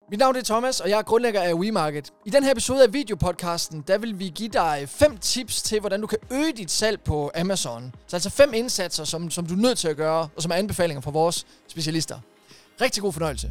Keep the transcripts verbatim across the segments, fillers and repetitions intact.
Mit navn er Thomas, og jeg er grundlægger af WeMarket. I den her episode af videopodcasten, der vil vi give dig fem tips til, hvordan du kan øge dit salg på Amazon. Så altså fem indsatser, som, som du er nødt til at gøre, og som er anbefalinger fra vores specialister. Rigtig god fornøjelse.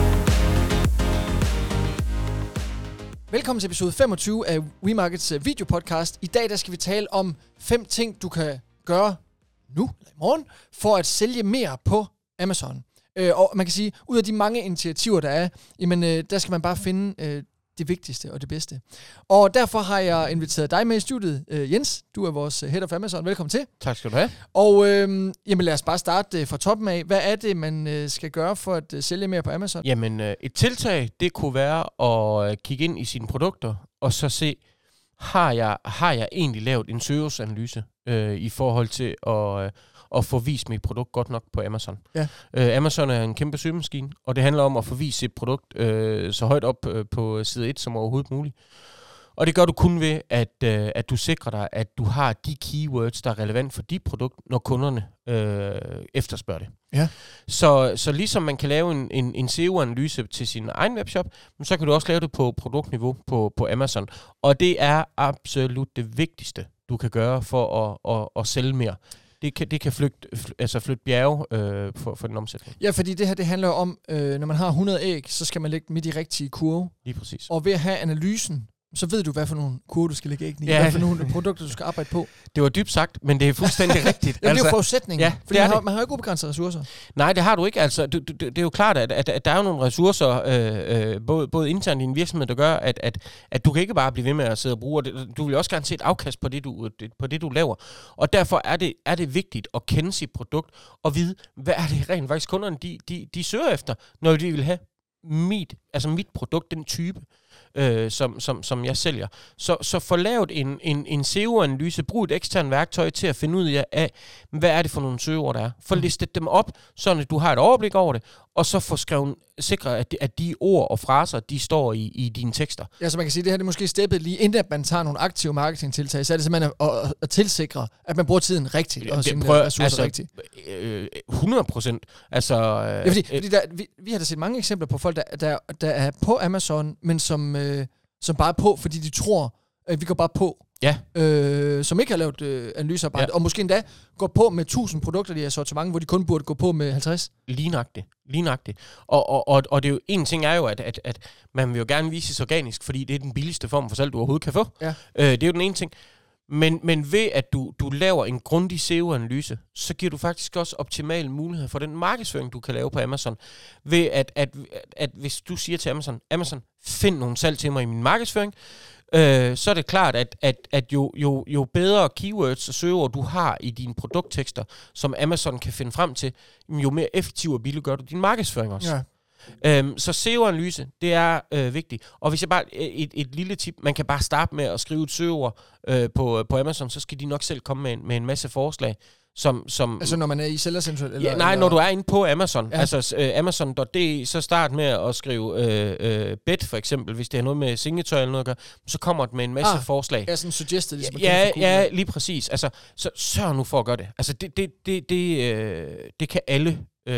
Velkommen til episode femogtyve af WeMarkets videopodcast. I dag der skal vi tale om fem ting, du kan gøre nu eller i morgen, for at sælge mere på Amazon. Øh, og man kan sige, ud af de mange initiativer, der er, jamen, øh, der skal man bare finde øh, det vigtigste og det bedste. Og derfor har jeg inviteret dig med i studiet. Øh, Jens, du er vores Head of Amazon. Velkommen til. Tak skal du have. Og øh, jamen, lad os bare starte øh, fra toppen af. Hvad er det, man øh, skal gøre for at øh, sælge mere på Amazon? Jamen, øh, et tiltag, det kunne være at øh, kigge ind i sine produkter, og så se, har jeg, har jeg egentlig lavet en søgeanalyse øh, i forhold til at... Øh, og få vist mit produkt godt nok på Amazon. Ja. Øh, Amazon er en kæmpe søgemaskine, og det handler om at få vist sit produkt øh, så højt op øh, på side et som overhovedet muligt. Og det gør du kun ved, at, øh, at du sikrer dig, at du har de keywords, der er relevant for dit produkt, når kunderne øh, efterspørger det. Ja. Så, så ligesom man kan lave en, en, en S E O-analyse til sin egen webshop, så kan du også lave det på produktniveau på, på Amazon. Og det er absolut det vigtigste, du kan gøre for at, at, at sælge mere. Det kan, det kan flytte, altså flytte bjerge øh, for, for den omsætning. Ja, fordi det her det handler om, øh, når man har hundrede æg, så skal man lægge dem i de rigtige kurve. Lige præcis. Og ved at have analysen, så ved du, hvad for nogle kurve du skal lægge æggene i, ja. hvad for nogle produkter du skal arbejde på. Det var dybt sagt, men det er fuldstændig rigtigt. Jamen, altså, det er jo forudsætningen, ja, fordi man har, man har jo ikke ubegrænsede ressourcer. Nej, det har du ikke. Altså, det, det, det er jo klart, at, at, at der er jo nogle ressourcer, øh, øh, både, både internt i en virksomhed, der gør, at, at, at du kan ikke bare blive ved med at sidde og bruge det. Du vil også gerne se et afkast på det, du, det, på det, du laver. Og derfor er det, er det vigtigt at kende sit produkt og vide, hvad er det rent faktisk kunderne, de, de, de søger efter, når de vil have mit, altså mit produkt, den type. Øh, som, som, som jeg sælger. Så, så få lavet en, en, en S E O-analyse, brug et eksternt værktøj til at finde ud af, af hvad er det for nogle søgeord, der er. Få listet dem op, så du har et overblik over det, og så få skrevet, sikre, at de, at de ord og fraser, de står i, i dine tekster. Ja, så man kan sige, at det her det er måske steppet lige inden, at man tager nogle aktive marketingtiltag, så er det simpelthen at, at, at tilsikre, at man bruger tiden rigtigt, og sine ressourcer altså, rigtigt. Øh, hundrede procent. Altså, øh, ja, fordi, øh, fordi der, vi, vi har da set mange eksempler på folk, der, der, der er på Amazon, men som, øh, som bare er på, fordi de tror, at vi går bare på. Ja. Øh, som ikke har lavet øh, analysearbejde, ja. Og måske endda går på med tusind produkter, de har sortiment, hvor de kun burde gå på med halvtreds. Lignagtigt. Lignagtigt. Og, og, og, og det er jo, en ting er jo, at, at, at man vil jo gerne vises organisk, fordi det er den billigste form for salg, du overhovedet kan få. Ja. Øh, det er jo den ene ting. Men, men ved at du, du laver en grundig S E O-analyse, så giver du faktisk også optimale muligheder for den markedsføring, du kan lave på Amazon. Ved at, at, at, at hvis du siger til Amazon, Amazon, find nogle salg til mig i min markedsføring, øh, så er det klart, at, at, at jo, jo, jo bedre keywords og søgeord du har i dine produkttekster, som Amazon kan finde frem til, jo mere effektiv og billig gør du din markedsføring også. Ja. Øhm, så S E O-analyse, det er øh, vigtigt. Og hvis jeg bare, et, et lille tip, man kan bare starte med at skrive et søgeord øh, på, på Amazon, så skal de nok selv komme med en, med en masse forslag. Som, som altså når man er i sælgercentral? Eller, ja, nej, eller? Når du er inde på Amazon, ja. altså øh, amazon punktum d e, så start med at skrive øh, øh, bed for eksempel, hvis det har noget med sengetøj eller noget at gøre, så kommer det med en masse ah, forslag. Ja, sådan suggested, ligesom ja, ja, lige præcis. Altså, så sørg nu for at gøre det. Altså, det, det, det, det, øh, det kan alle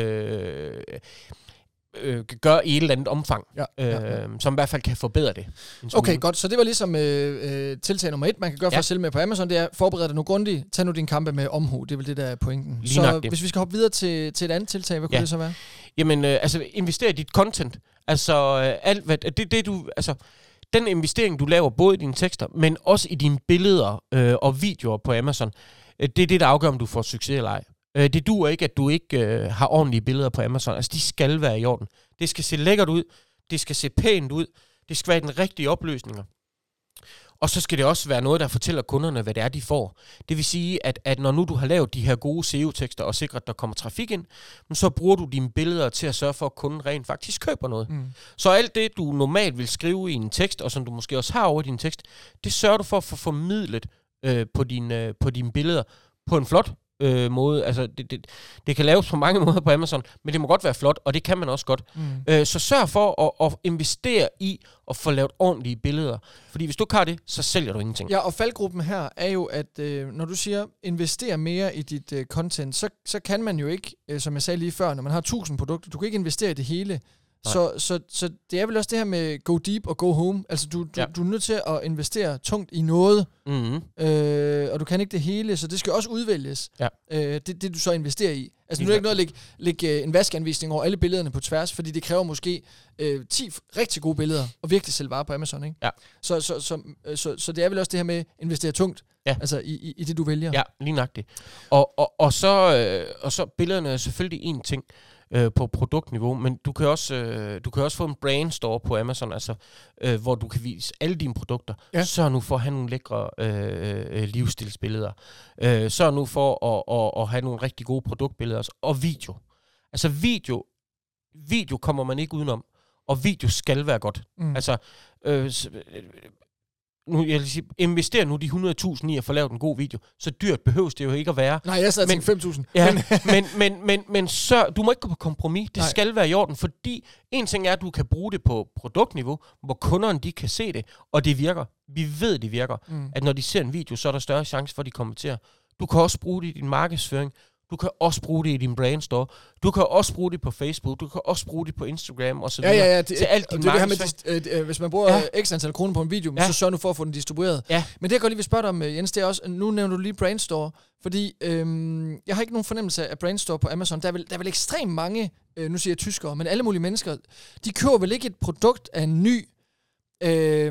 øh, Øh, gør i et eller andet omfang, ja, ja, ja. Øh, som i hvert fald kan forbedre det. Okay, godt. Så det var ligesom øh, øh, tiltag nummer et, man kan gøre for ja. at sælge med på Amazon, det er forberede dig nu grundigt, tag nu din kampe med omhu, det er vel det, der er pointen. Lige så hvis vi skal hoppe videre til, til et andet tiltag, hvad kunne ja. det så være? Jamen, øh, altså invester i dit content. Altså, øh, alt hvad, det, det du, altså, den investering, du laver både i dine tekster, men også i dine billeder øh, og videoer på Amazon, øh, det er det, der afgør, om du får succes eller ej. Det duer ikke, at du ikke øh, har ordentlige billeder på Amazon. Altså, de skal være i orden. Det skal se lækkert ud. Det skal se pænt ud. Det skal være den rigtige opløsninger. Og så skal det også være noget, der fortæller kunderne, hvad det er, de får. Det vil sige, at, at når nu du har lavet de her gode S E O-tekster og sikret, at der kommer trafik ind, så bruger du dine billeder til at sørge for, at kunden rent faktisk køber noget. Mm. Så alt det, du normalt vil skrive i en tekst, og som du måske også har over i din tekst, det sørger du for at få formidlet øh, på, dine, øh, på dine billeder på en flot Øh, måde. Altså, det, det, det kan laves på mange måder på Amazon, men det må godt være flot, og det kan man også godt. Mm. Øh, så sørg for at, at investere i at få lavet ordentlige billeder. Fordi hvis du ikke har det, så sælger du ingenting. Ja, og faldgruppen her er jo, at øh, når du siger, investere mere i dit øh, content, så, så kan man jo ikke, øh, som jeg sagde lige før, når man har tusind produkter, du kan ikke investere i det hele. Så, så, så det er vel også det her med go deep og go home. Altså, du, du, ja. du er nødt til at investere tungt i noget, mm-hmm. øh, og du kan ikke det hele, så det skal også udvælges, ja. øh, det, det du så investerer i. Altså, nu er det ikke noget at lægge, lægge en vaskeanvisning over alle billederne på tværs, fordi det kræver måske øh, ti rigtig gode billeder, og virkelig sælge varer på Amazon, ikke? Ja. Så, så, så, så, så, så det er vel også det her med at investere tungt, ja. altså i, i, i det, du vælger. Ja, lige nøjagtigt. Og, og, og, så, øh, og så billederne er selvfølgelig en ting, Øh, på produktniveau, men du kan også øh, du kan også få en brandstore på Amazon, altså øh, hvor du kan vise alle dine produkter. Ja. Sørg nu for at have nogle lækre øh, øh, livsstilsbilleder. Øh, sørg nu for at, at, at have nogle rigtig gode produktbilleder også. Og video. Altså video, video kommer man ikke udenom, og video skal være godt. Mm. Altså øh, nu, jeg vil sige, invester nu de hundrede tusind i at få lavet en god video. Så dyrt behøves det jo ikke at være. Nej, jeg sad til fem tusind. Ja, men, men, men, men så, du må ikke gå på kompromis. Det Nej. skal være i orden, fordi en ting er, at du kan bruge det på produktniveau, hvor kunderne de kan se det, og det virker. Vi ved, det virker. Mm. At når de ser en video, så er der større chance for, at de kommenterer. Du kan også bruge det i din markedsføring. Du kan også bruge det i din brandstore. Du kan også bruge det på Facebook. Du kan også bruge det på Instagram og så videre. Ja, ja, ja. Det, til alt din det, det her med, dist- øh, hvis man bruger ja. x antal kroner på en video, ja. så sørg nu for at få den distribueret. Ja. Men det jeg godt lige vil spørge dig om, Jens, det er også, nu nævner du lige brandstore, fordi øhm, jeg har ikke nogen fornemmelse af brandstore på Amazon. Der er vel, der er vel ekstremt mange, øh, nu siger jeg tyskere, men alle mulige mennesker, de køber vel ikke et produkt af en ny øh,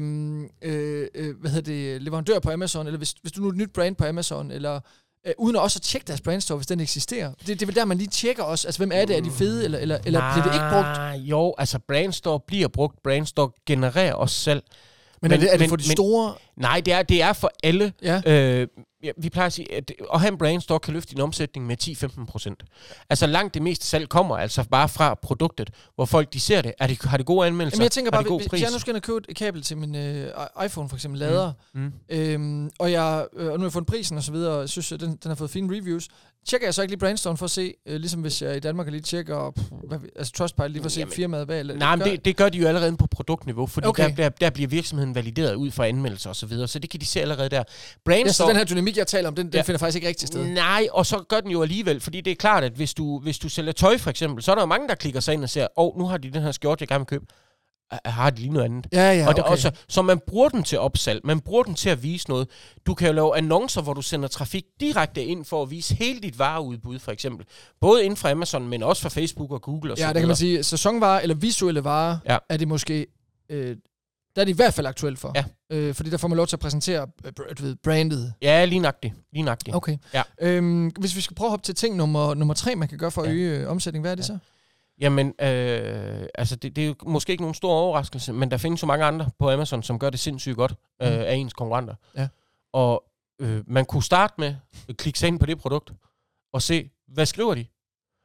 øh, øh, hvad hedder det, leverandør på Amazon, eller hvis, hvis du nu er et nyt brand på Amazon, eller Uh, uden at også at tjekke deres brandstore, hvis den eksisterer. Det, det er vel der, man lige tjekker også. Altså, hvem er det? Er de fede, eller, eller, eller bliver det ikke brugt? Jo, altså brandstore bliver brugt. Brandstore genererer også selv. Men, men er det, er det for de men, store? Nej, det er, det er for alle. Ja. Øh, ja, vi plejer at sige, at at have en brandstore kan løfte din omsætning med ti til femten procent. Altså langt det meste salg kommer altså bare fra produktet, hvor folk de ser det. Er det har det gode anmeldelser? Jamen jeg tænker bare, hvis jeg nu skal købe et kabel til min øh, iPhone for eksempel, lader, mm. Mm. Øhm, og, jeg, øh, og nu har jeg fundet prisen og så videre, og jeg synes, at den, den har fået fine reviews, tjekker jeg så ikke lige brandstoren for at se, øh, ligesom hvis jeg i Danmark lige tjekker, pff, hvad, altså Trustpilot lige for at se Jamen, firmaet bag. Eller, nej, men det, det gør de jo allerede på produktniveau, fordi okay. der, der, der bliver virksomheden valideret ud fra anmeldelser og så videre, så det kan de se allerede der. Brandstore, ja, så den her dynamik, jeg taler om, den, den ja. finder faktisk ikke rigtig sted. Nej, og så gør den jo alligevel, fordi det er klart, at hvis du, hvis du sælger tøj for eksempel, så er der jo mange, der klikker sig ind og siger, åh, oh, nu har de den her skjorte, jeg gerne vil købe. Har de lige noget andet. Ja, ja, og det okay. også, så man bruger den til opsalg, man bruger den til at vise noget. Du kan jo lave annoncer, hvor du sender trafik direkte ind for at vise hele dit vareudbud, for eksempel. Både inden fra Amazon, men også fra Facebook og Google og så ja, videre. Ja, der kan man sige, sæsonvarer eller visuelle varer, ja. er det måske, øh, der er det i hvert fald aktuelt for. Ja. Øh, fordi der får man lov til at præsentere øh, du ved, brandet. Ja, lige nøjagtigt. Lige nøjagtigt. Okay. Ja. Øhm, hvis vi skal prøve at hoppe til ting nummer, nummer tre, man kan gøre for at ja. øge øh, omsætning, hvad er det ja. så? Jamen, øh, altså det, det er jo måske ikke nogen stor overraskelse, men der findes jo mange andre på Amazon, som gør det sindssygt godt øh, mm. af ens konkurrenter. Ja. Og øh, man kunne starte med at klikke sig ind på det produkt og se, hvad skriver de?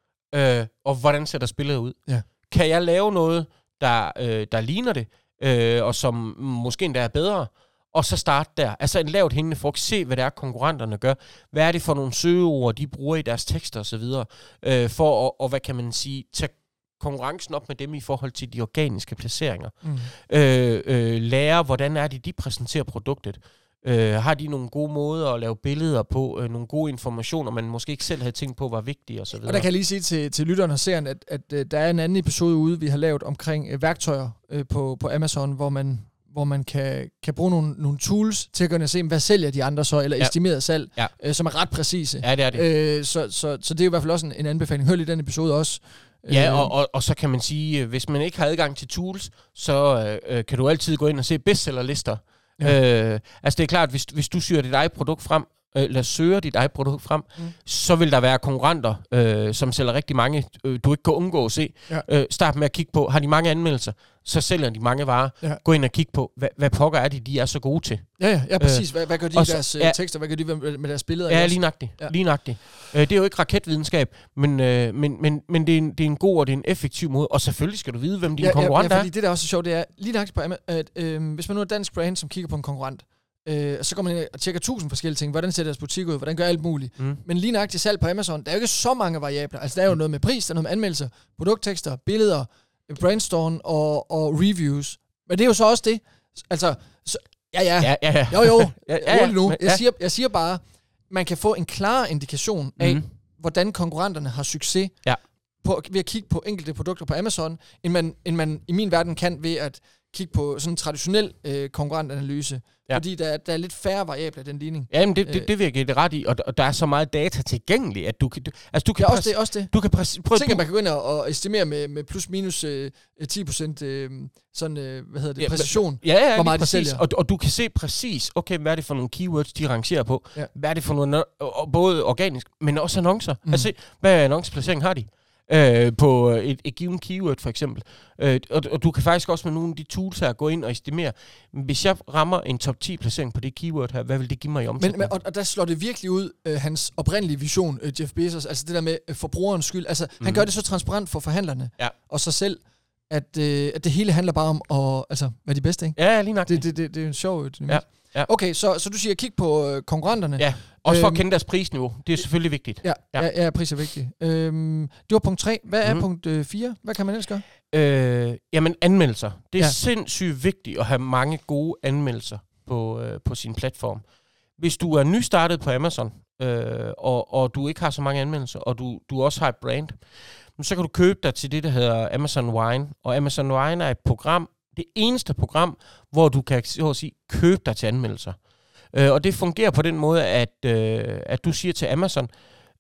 Øh, og hvordan ser deres billeder ud? Ja. Kan jeg lave noget, der, øh, der ligner det, øh, og som måske endda er bedre? Og så starte der. Altså en lavt hængende frugt. Se, hvad det er, konkurrenterne gør. Hvad er det for nogle søgeord, de bruger i deres tekster osv. Øh, for at, og hvad kan man sige, tage konkurrencen op med dem i forhold til de organiske placeringer. Mm. Øh, øh, lære, hvordan er det, de præsenterer produktet. Øh, har de nogle gode måder at lave billeder på, øh, nogle gode informationer, man måske ikke selv havde tænkt på, var vigtige osv. Og der kan jeg lige sige til, til lytteren og seeren, at, at, at der er en anden episode ude, vi har lavet omkring øh, værktøjer øh, på, på Amazon, hvor man hvor man kan, kan bruge nogle, nogle tools til at gøre se, hvad sælger de andre så, eller ja. estimeret salg, ja. øh, som er ret præcise. Ja, det er det. Øh, så, så, så det er i hvert fald også en, en anbefaling. Hør lige den episode også. Ja, og, og, og så kan man sige, hvis man ikke har adgang til tools, så øh, kan du altid gå ind og se bestsellerlister. Ja. Øh, altså det er klart, hvis, hvis du syr dit eget produkt frem, eller søger dit eget produkt frem, mm. så vil der være konkurrenter, øh, som sælger rigtig mange, øh, du ikke kan undgå at se. Ja. Øh, start med at kigge på, har de mange anmeldelser, så sælger de mange varer. Ja. Gå ind og kig på, hvad, hvad pokker er det, de er så gode til. Ja, ja, ja præcis. Hvad, hvad gør de i deres ja, tekster? Hvad gør de med deres billeder? Ja, lige nøjagtigt. Ja. Lige nøjagtigt. Øh, det er jo ikke raketvidenskab, men, øh, men, men, men det, er en, det er en god og det er en effektiv måde. Og selvfølgelig skal du vide, hvem dine ja, konkurrenter ja, ja, fordi er. det der også er sjovt, det er lige nøjagtigt på, at øh, hvis man nu er dansk brand, som kigger på en konkurrent, Øh, så går man ind og tjekker tusind forskellige ting. Hvordan ser deres butik ud? Hvordan gør alt muligt? Mm. Men lige nøjagtigt salg på Amazon, der er jo ikke så mange variabler. Altså, der er jo noget med pris, der er noget med anmeldelser, produkttekster, billeder, brandstore og, og reviews. Men det er jo så også det. Altså, så, ja, ja. ja, ja, ja. Jo, jo. ja, ja, ja. Nu. Jeg, siger, jeg siger bare, man kan få en klar indikation af, mm. hvordan konkurrenterne har succes. Ja. på, ved at kigge på enkelte produkter på Amazon, end man, end man i min verden kan ved at kigge på sådan en traditionel øh, konkurrentanalyse. Ja. Fordi der, der er lidt færre variabler i den ligning. Jamen, det, det, det vil jeg give det ret i, og, og der er så meget data tilgængeligt, at du kan... Du, altså, du kan ja, også det, også det. Du kan præcis... Prøv at man kan gå ind og, og estimere med, med plus minus øh, ti procent øh, sådan, øh, hvad hedder det, ja, præcision, ja, ja, hvor meget de præcis. sælger. Og, og du kan se præcis, okay, hvad er det for nogle keywords, de rangerer på? Ja. Hvad er det for nogle, både organisk, men også annoncer? Mm. Altså, hvad annonceplacering har de? Øh, på et, et given keyword for eksempel. Øh, og, og du kan faktisk også med nogle af de tools her gå ind og estimere, hvis jeg rammer en top ti placering på det keyword her, hvad vil det give mig i omsætning? Men, men, og, og der slår det virkelig ud, øh, hans oprindelige vision, øh, Jeff Bezos, altså det der med øh, forbrugerens skyld. Altså mm. han gør det så transparent for forhandlerne ja. og sig selv, at, øh, at det hele handler bare om at altså, være de bedste, ikke? Ja, lige nok. Det, det, det, det er en sjov dynamik. Ja. Ja. Okay, så, så du siger, kig på øh, konkurrenterne. Ja, også for øhm, at kende deres prisniveau. Det er selvfølgelig vigtigt. Ja, ja. ja, ja pris er vigtigt. Øhm, det var punkt tre. Hvad er mm. punkt øh, fire? Hvad kan man ellers gøre? Øh, jamen, anmeldelser. Det er ja. sindssygt vigtigt at have mange gode anmeldelser på, øh, på sin platform. Hvis du er nystartet på Amazon, øh, og, og du ikke har så mange anmeldelser, og du, du også har et brand, så kan du købe dig til det, der hedder Amazon Wine. Og Amazon Wine er et program, det eneste program, hvor du kan så at sige, købe dig til anmeldelser. Øh, og det fungerer på den måde, at, øh, at du siger til Amazon,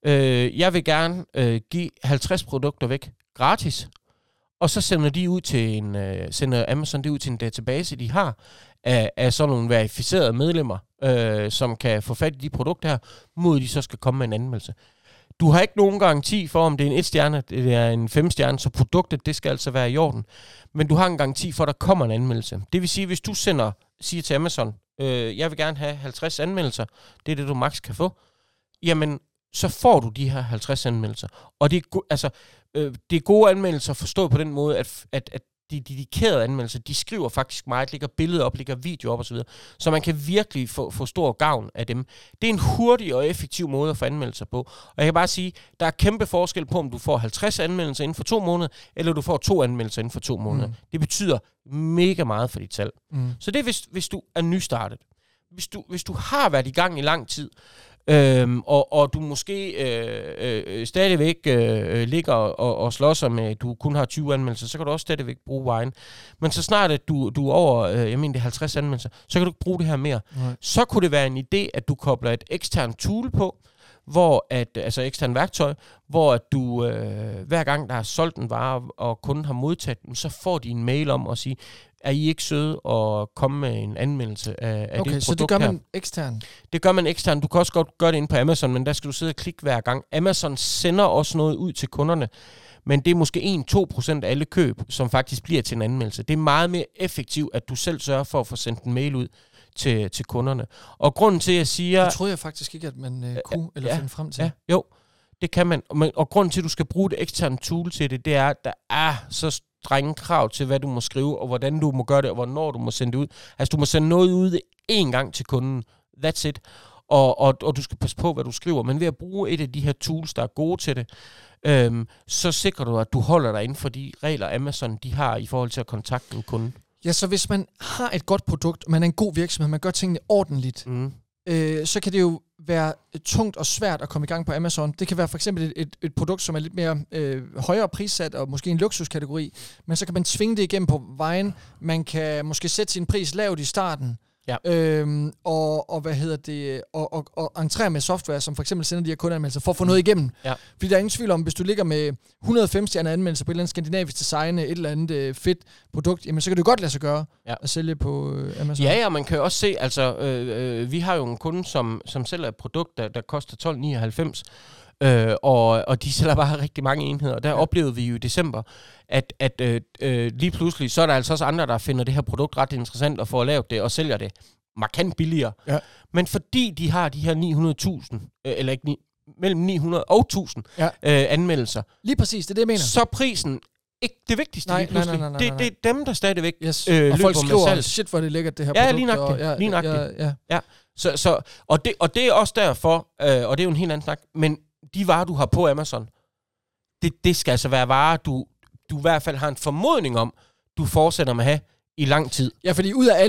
øh, jeg vil gerne øh, give halvtreds produkter væk gratis, og så sender de ud til en, øh, sender Amazon det ud til en database, de har, af, af sådan nogle verificerede medlemmer, øh, som kan få fat i de produkter her, mod de så skal komme med en anmeldelse. Du har ikke nogen garanti for, om det er en et stjerne, det er en fem stjerne, så produktet, det skal altså være i orden. Men du har en garanti for, at der kommer en anmeldelse. Det vil sige, hvis du sender, siger til Amazon, øh, jeg vil gerne have halvtreds anmeldelser, det er det, du maks kan få, jamen, så får du de her halvtreds anmeldelser. Og det er, go- altså, øh, det er gode anmeldelser forstået på den måde, at, at, at de dedikerede anmeldelser, de skriver faktisk meget, lægger billeder op, lægger video op osv., så man kan virkelig få, få stor gavn af dem. Det er en hurtig og effektiv måde at få anmeldelser på. Og jeg kan bare sige, der er kæmpe forskel på, om du får halvtreds anmeldelser inden for to måneder, eller du får to anmeldelser inden for to måneder. Mm. Det betyder mega meget for dit salg. Mm. Så det er, hvis, hvis du er nystartet. Hvis du, hvis du har været i gang i lang tid, Øhm, og, og du måske øh, øh, stadigvæk øh, ligger og, og slåsser med, at du kun har tyve anmeldelser, så kan du også stadigvæk bruge Wine. Men så snart at du, du er over, øh, jeg mener det er halvtreds anmeldelser, så kan du ikke bruge det her mere. Nej. Så kunne det være en idé, at du kobler et eksternt tool på, hvor at, altså ekstern værktøj, hvor at du øh, hver gang der er solgt en vare, og kunden har modtaget den, så får de en mail om at sige, er I ikke søde og komme med en anmeldelse af, af okay, det produkt her? Okay, så det gør man ekstern? Det gør man ekstern. Du kan også godt gøre det inde på Amazon, men der skal du sidde og klikke hver gang. Amazon sender også noget ud til kunderne, men det er måske en til to procent af alle køb, som faktisk bliver til en anmeldelse. Det er meget mere effektivt, at du selv sørger for at få sendt en mail ud til, til kunderne. Og grunden til, at jeg siger... Det troede jeg faktisk ikke, at man øh, kunne ja, eller finde frem til. Ja, jo, det kan man. Og grunden til, at du skal bruge det eksterne tool til det, det er, at der er så strenge krav til, hvad du må skrive, og hvordan du må gøre det, og hvornår du må sende det ud. Altså, du må sende noget ud én gang til kunden. That's it. Og, og, og du skal passe på, hvad du skriver. Men ved at bruge et af de her tools, der er gode til det, øhm, så sikrer du, at du holder dig inden for de regler, Amazon de har i forhold til at kontakte en kunde. Ja, så hvis man har et godt produkt, man er en god virksomhed, man gør tingene ordentligt, mm. øh, så kan det jo være tungt og svært at komme i gang på Amazon. Det kan være for eksempel et, et, et produkt, som er lidt mere øh, højere prissat, og måske en luksuskategori, men så kan man tvinge det igennem på vejen. Man kan måske sætte sin pris lavt i starten, ja. øhm, og, og hvad hedder det, og, og, og entrere med software, som for eksempel sender de her kundeanmeldelser, for at få noget igennem. Ja. Fordi der er ingen tvivl om, hvis du ligger med et hundrede og fem stjerner anmeldelser på et eller andet skandinavisk design, et eller andet øh, fedt produkt, jamen så kan det jo godt lade sig gøre ja. at sælge på øh, Amazon. Ja, ja, man kan jo også se, altså øh, øh, vi har jo en kunde, som, som sælger et produkt, der, der koster tolv nioghalvfems, Øh, og, og de sælger bare rigtig mange enheder. Og der ja. oplevede vi jo i december, at, at øh, øh, lige pludselig, så er der altså også andre, der finder det her produkt ret interessant og får lavet det og sælger det markant billigere. Ja. Men fordi de har de her ni hundrede tusind, øh, eller ikke ni, mellem ni hundrede og tusind ja. øh, anmeldelser. Lige præcis, det er det, jeg mener. Så prisen ikke det vigtigste nej, lige pludselig. Nej, nej, nej, nej, nej. Det, det er dem, der stadigvæk yes. øh, løber og folk skriver, salg. Shit, hvor det lækkert, det her ja, produkt. Lige nok og, ja, lige nok ja, det. Ja. Ja. Så, så, og, det, og det er også derfor, øh, og det er jo en helt anden snak, men de varer, du har på Amazon, det, det skal altså være varer, du, du i hvert fald har en formodning om, du fortsætter med at have i lang tid. Ja, fordi ud af alle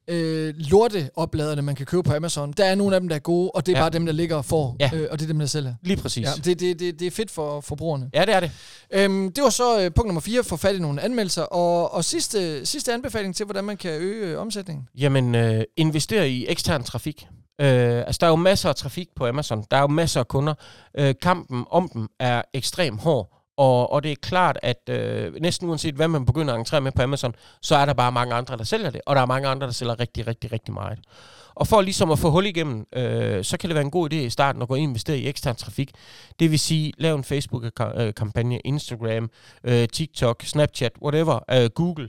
øh, lorteopladerne, man kan købe på Amazon. Der er nogle af dem, der er gode, og det er ja. bare dem, der ligger og får, ja. øh, og det er dem, der sælger. Lige præcis. Ja, det, det, det, det er fedt for forbrugerne. Ja, det er det. Øhm, det var så øh, punkt nummer fire, få fat i nogle anmeldelser. Og, og sidste, sidste anbefaling til, hvordan man kan øge øh, omsætningen. Jamen, øh, investere i ekstern trafik. Øh, altså, der er jo masser af trafik på Amazon. Der er jo masser af kunder. Øh, kampen om dem er ekstremt hård. Og, og det er klart, at øh, næsten uanset hvad man begynder at entrere med på Amazon, så er der bare mange andre, der sælger det. Og der er mange andre, der sælger rigtig, rigtig, rigtig meget. Og for ligesom at få hul igennem, øh, så kan det være en god idé i starten at gå ind og investere i ekstern trafik. Det vil sige, lave en Facebook-kampagne, Instagram, øh, TikTok, Snapchat, whatever, øh, Google.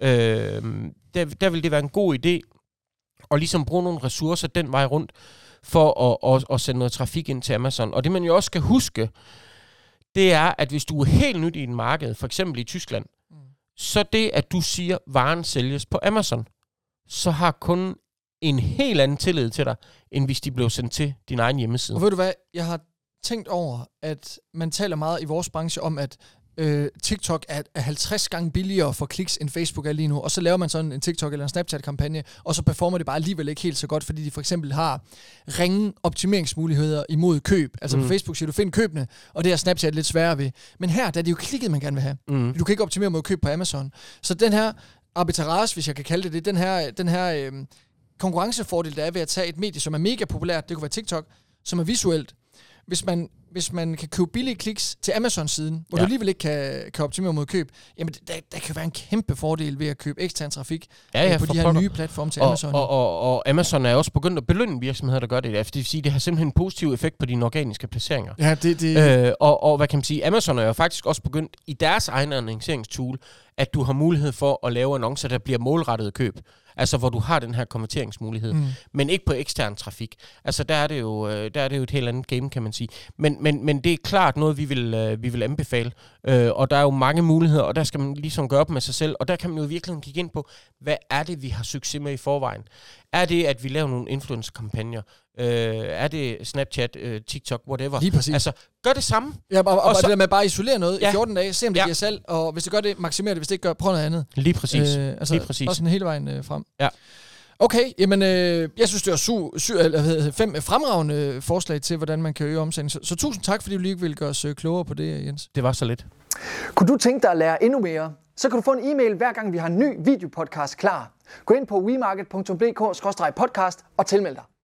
Øh, der, der vil det være en god idé at ligesom bruge nogle ressourcer den vej rundt for at, at, at sende noget trafik ind til Amazon. Og det man jo også skal huske, det er, at hvis du er helt nyt i en marked, for eksempel i Tyskland, mm. så det, at du siger, at varen sælges på Amazon, så har kunden en helt anden tillid til dig, end hvis de blev sendt til din egen hjemmeside. Og ved du hvad, jeg har tænkt over, at man taler meget i vores branche om, at øh, TikTok er, er halvtreds gange billigere for kliks, end Facebook er lige nu, og så laver man sådan en TikTok eller en Snapchat-kampagne, og så performer det bare alligevel ikke helt så godt, fordi de for eksempel har ringe optimeringsmuligheder imod køb. Altså mm. på Facebook siger du, find købene, og det er Snapchat lidt sværere ved. Men her, der er det jo klikket, man gerne vil have. Mm. Du kan ikke optimere mod køb på Amazon. Så den her arbitrage, hvis jeg kan kalde det det, den her, den her øh, konkurrencefordel, der er ved at tage et medie, som er mega populært, det kunne være TikTok, som er visuelt. Hvis man, hvis man kan købe billige kliks til Amazon-siden, hvor ja. du alligevel ikke kan, kan optimere mod køb, jamen der, der kan være en kæmpe fordel ved at købe ekstern trafik ja, ja, på de her pokker. nye platforme til og, Amazon. Og, og, og Amazon er også begyndt at belønne virksomheder, der gør det. Det vil sige, det har simpelthen en positiv effekt på dine organiske placeringer. Ja, det, det... Øh, og, og hvad kan man sige, Amazon er jo faktisk også begyndt i deres egen annonceringstool, at du har mulighed for at lave annoncer, der bliver målrettet køb. Altså, hvor du har den her konverteringsmulighed. Mm. Men ikke på ekstern trafik. Altså, der er det jo, der er det jo et helt andet game, kan man sige. Men, men, men det er klart noget, vi vil, vi vil anbefale. Øh, og der er jo mange muligheder, og der skal man ligesom gøre op med sig selv. Og der kan man jo virkelig kigge ind på, hvad er det, vi har succes med i forvejen? Er det, at vi laver nogle influencer-kampagner? Øh, er det Snapchat, øh, TikTok, whatever? Lige præcis. Altså, gør det samme. Ja, og, og, og så, det der med bare isolere noget ja. i fjorten dage, se om det ja. giver salg, og hvis det gør det, maksimer det, hvis det ikke gør, prøv noget andet. Lige præcis. Øh, altså, Lige præcis. Også sådan hele vejen øh, frem. Ja. Okay, jamen, øh, jeg synes, det var su, sy, eller, fem fremragende forslag til, hvordan man kan øge omsætning. Så, så tusind tak, fordi du lige ville gøre os klogere på det, Jens. Det var så lidt. Kunne du tænke dig at lære endnu mere, så kan du få en e-mail, hver gang vi har en ny videopodcast klar. Gå ind på wemarket punktum d k skråstreg podcast og tilmeld dig.